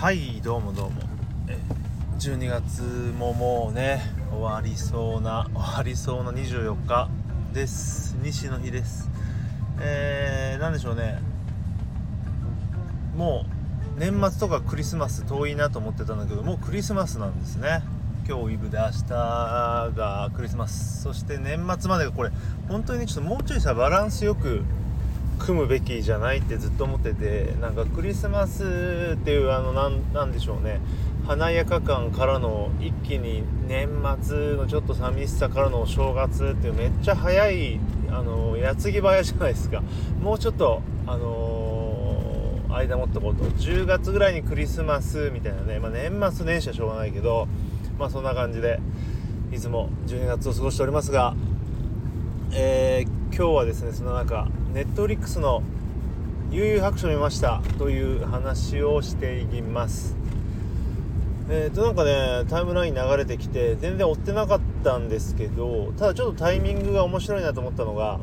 はいどうも12月ももうね終わりそうな24日です。西の日です。なんでしょうね、もう年末とかクリスマス遠いなと思ってたんだけど、もうクリスマスなんですね。今日イブで明日がクリスマス、そして年末までがこれ本当にちょっともうちょいバランスよく組むべきじゃないってずっと思ってて、なんかクリスマスっていうなんでしょうね、華やか感からの一気に年末のちょっと寂しさからの正月っていうめっちゃ早い矢継ぎ早じゃないですか。もうちょっと間持ったこと10月ぐらいにクリスマスみたいなね、年末年始はしょうがないけど、そんな感じでいつも12月を過ごしておりますが、今日はですね、その中ネットフリックスの悠々白書を見ましたという話をしていきます。なんかね、タイムライン流れてきて全然追ってなかったんですけど、ただちょっとタイミングが面白いなと思ったのが、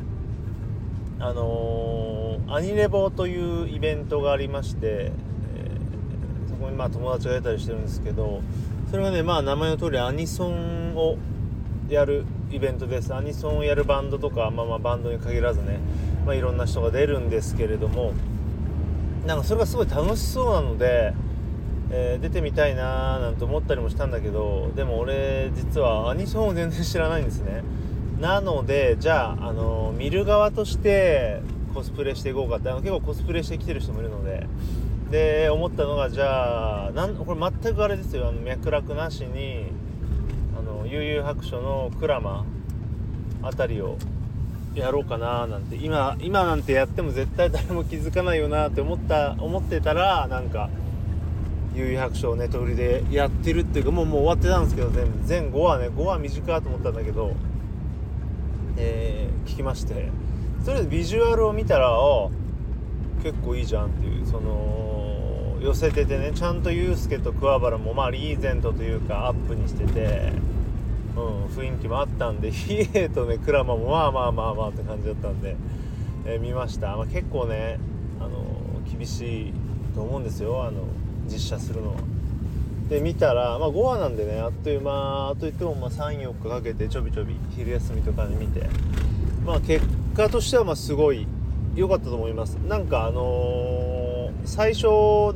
アニレボというイベントがありまして、そこに友達が出たりしてるんですけど、それがね、名前の通りアニソンをやるイベントです。アニソンをやるバンドとか、バンドに限らずね、いろんな人が出るんですけれども、なんかそれがすごい楽しそうなので、出てみたいなーなんて思ったりもしたんだけど、でも俺実はアニソンを全然知らないんですね。なのでじゃあ、見る側としてコスプレしていこうかって、結構コスプレしてきてる人もいるので思ったのが、じゃあこれ全くあれですよ、脈絡なしに悠々白書のクラマあたりをやろうかななんて、今なんてやっても絶対誰も気づかないよなって思ってたら、なんか悠々白書をネトフリでやってるっていうか、もう終わってたんですけど、全5話ね、5話短いと思ったんだけど、聞きまして、それでビジュアルを見たら結構いいじゃんっていう、寄せててね、ちゃんとユースケと桑原もリーゼントというかアップにしてて、雰囲気もあったんで、ヒエとねクラマもって感じだったんで、見ました。結構ね厳しいと思うんですよ、実写するのは。で見たら、5話なんでね、あっという間といっても3、4日かけてちょびちょび昼休みとかに見て、結果としてはすごい良かったと思います。なんか最初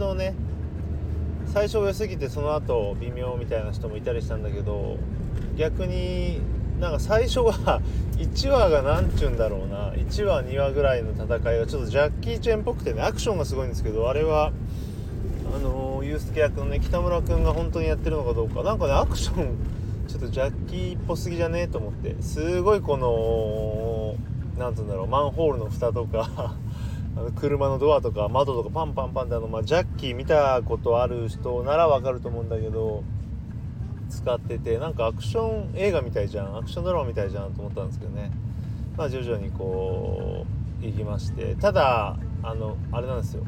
が良すぎてその後微妙みたいな人もいたりしたんだけど、逆になんか最初が1話がなんちゅうんだろうな、1話2話ぐらいの戦いがちょっとジャッキーチェンっぽくてね、アクションがすごいんですけど、あれはユースケ役のね北村くんが本当にやってるのかどうか、なんかねアクションちょっとジャッキーっぽすぎじゃねえと思って、すごいこのなんつうんだろう、マンホールの蓋とか車のドアとか窓とかパンパンパンってジャッキー見たことある人ならわかると思うんだけど、使ってて、なんかアクション映画みたいじゃん、アクションドラマみたいじゃんと思ったんですけどね。徐々にこう行きまして、ただあれなんですよ、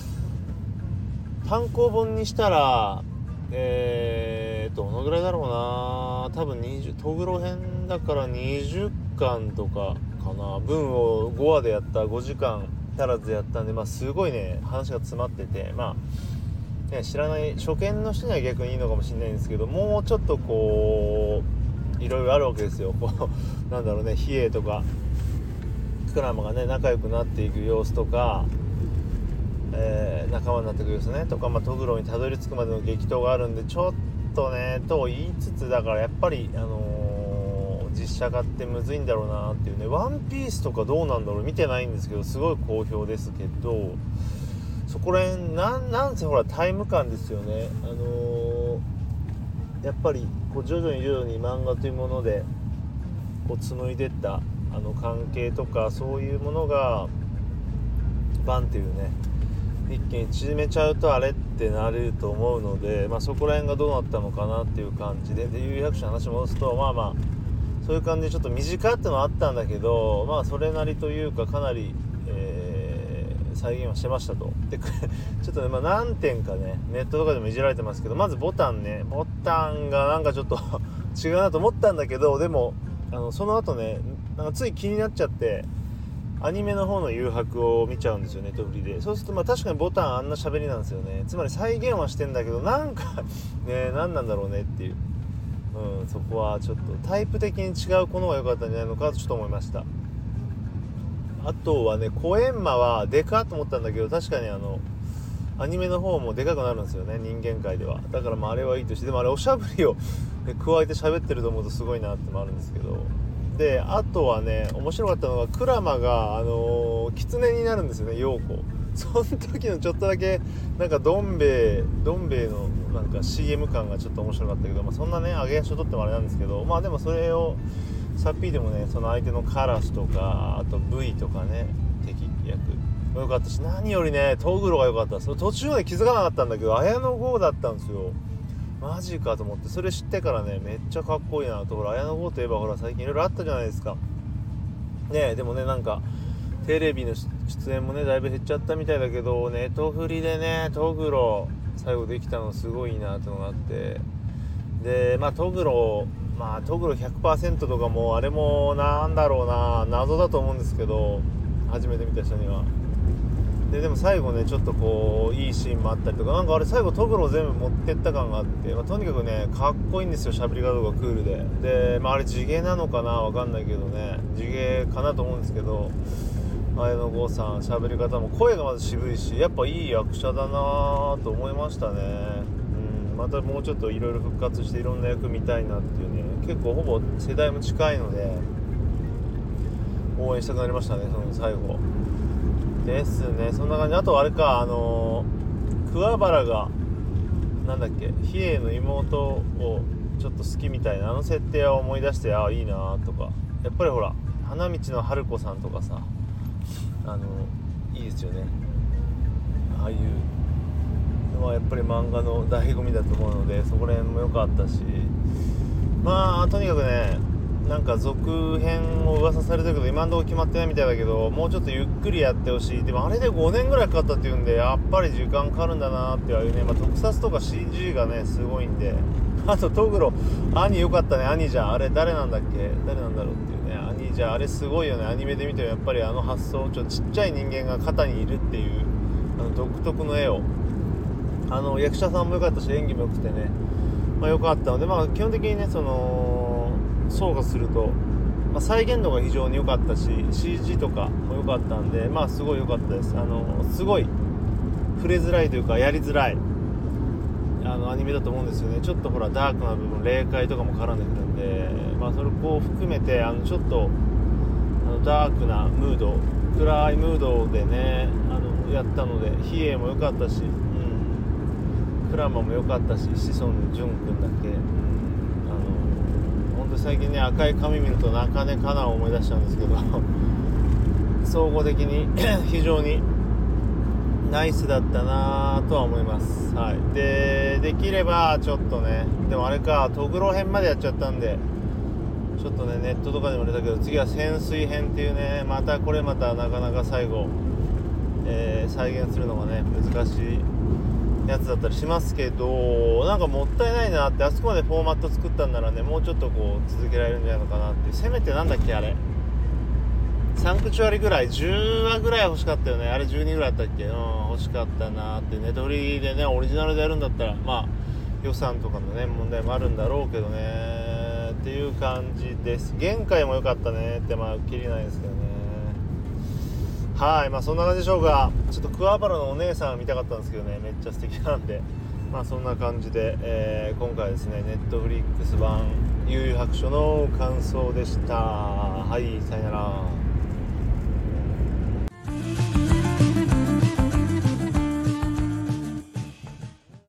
単行本にしたらどのぐらいだろうな、多分トグロ編だから20巻とかかな、分を5話でやった5時間足らずやったんで、すごいね話が詰まってて、知らない初見の人には逆にいいのかもしれないんですけど、もうちょっとこういろいろあるわけですよ。こうなんだろうね、比叡とかクラマがね仲良くなっていく様子とか、仲間になっていく様子ねとか、トグロにたどり着くまでの激闘があるんで、ちょっとねと言いつつ、だからやっぱり実写化ってむずいんだろうなっていうね。ワンピースとかどうなんだろう、見てないんですけどすごい好評ですけど、そこら辺なんせほらタイム感ですよね。やっぱりこう徐々に漫画というものでこう紡いでった関係とか、そういうものがバンっていうね一気に縮めちゃうとあれってなると思うので、そこら辺がどうなったのかなっていう感じで、悠々白書の話戻すと、そういう感じでちょっと短ってのはあったんだけど、それなりというかかなり、再現はしてましたと。でちょっとね、何点かねネットとかでもいじられてますけど、まずボタンがなんかちょっと違うなと思ったんだけど、でもその後ねなんかつい気になっちゃって、 アニメの方の誘白を見ちゃうんですよ、ネットフリで。そうするとまあ確かにボタンあんな喋りなんですよね。つまり再現はしてんだけどなんかね何なんだろうねっていう、そこはちょっとタイプ的に違うこのが良かったんじゃないのかとちょっと思いました。あとはね、コエンマはでかっと思ったんだけど、確かにアニメの方もでかくなるんですよね、人間界では。だからまああれはいいとして、でもあれおしゃぶりを加えて喋ってると思うとすごいなってもあるんですけど。であとはね、面白かったのがクラマが狐になるんですよね、ヨーコ。その時のちょっとだけなんかどん兵衛のなんか CM 感がちょっっと面白かったけど、まあ、そんなね上げ足を取ってもあれなんですけど、まあでもそれをサッピーでもね、その相手のカラスとかあと V とかね、敵役も良かったし、何よりねトグロが良かった。その途中まで気づかなかったんだけど綾野剛だったんですよ。マジかと思って、それ知ってからねめっちゃかっこいいなと。ほら綾野剛といえばほら最近いろいろあったじゃないですかね。でもねなんかテレビの出演もねだいぶ減っちゃったみたいだけど、ネトフリでねトグロ最後できたのすごいなってのがあって、でまあトグロ100% とかもあれもなんだろうな、謎だと思うんですけど、初めて見た人には。でも最後ねちょっとこういいシーンもあったりとか、なんかあれ最後トグロを全部持ってった感があって、とにかくねかっこいいんですよ、喋り方がクールで。あれ地毛なのかなわかんないけどね、地毛かなと思うんですけど、綾野剛さん喋り方も声がまず渋いし、やっぱいい役者だなと思いましたね。またもうちょっといろいろ復活していろんな役見たいなっていうね、結構ほぼ世代も近いので応援したくなりましたね、その最後ですね。そんな感じ。あとあれか、桑原がなんだっけ、比叡の妹をちょっと好きみたいな設定を思い出して、いいなとか。やっぱりほら花道の春子さんとかさ、いいですよね、ああいうのはやっぱり漫画の醍醐味だと思うので、そこら辺も良かったし、とにかくねなんか続編を噂されてるけど今のところ決まってないみたいだけど、もうちょっとゆっくりやってほしい。でもあれで5年ぐらいかかったっていうんで、やっぱり時間かかるんだなっていうね、特撮とか CG がねすごいんで。あとトグロ兄良かったね。兄じゃん、あれ誰なんだっけ、誰なんだろうっていうね。兄じゃんあれすごいよね。アニメで見てもやっぱり発想、ちっちゃい人間が肩にいるっていう独特の絵を、役者さんも良かったし演技も良くてね、良かったので、基本的にね総括すると、再現度が非常に良かったし CG とかも良かったんで、すごい良かったです。すごい触れづらいというかやりづらいアニメだと思うんですよね。ちょっとほらダークな部分、霊界とかも絡んでくるんで、それを含めてちょっとダークなムード、暗いムードでねやったので、比叡も良かったし、クラマも良かったし、志尊淳君だっけ、本当に最近ね赤い髪見ると中根かなを思い出しちゃうんですけど総合的に非常にナイスだったなとは思います。できればちょっとね、でもあれかトグロ編までやっちゃったんで、ちょっとねネットとかでも出たけど、次は潜水編っていうね、またなかなか最後、再現するのがね難しいやつだったりしますけど、なんかもったいないなって。あそこまでフォーマット作ったんならね、もうちょっとこう続けられるんじゃないのかなって。せめてなんだっけあれ、サンクチュアリぐらい10話ぐらい欲しかったよね。あれ12ぐらいあったっけ、欲しかったなって。ネトフリでねオリジナルでやるんだったら予算とかのね問題もあるんだろうけどねっていう感じです。限界も良かったねってきりないですけどね。そんな感じでしょうか。ちょっと桑原のお姉さん見たかったんですけどね、めっちゃ素敵なんで、そんな感じで、今回はですねネットフリックス版幽遊白書の感想でした。さよなら。